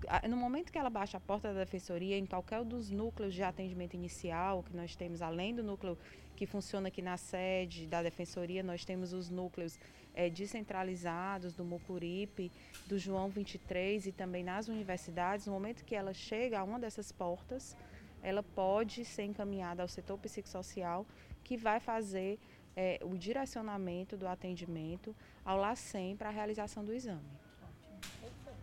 No momento que ela baixa a porta da defensoria, em qualquer dos núcleos de atendimento inicial que nós temos, além do núcleo que funciona aqui na sede da defensoria, nós temos os núcleos descentralizados do Mucuripe, do João 23 e também nas universidades. No momento que ela chega a uma dessas portas, ela pode ser encaminhada ao setor psicossocial, que vai fazer o direcionamento do atendimento ao LACEN para a realização do exame.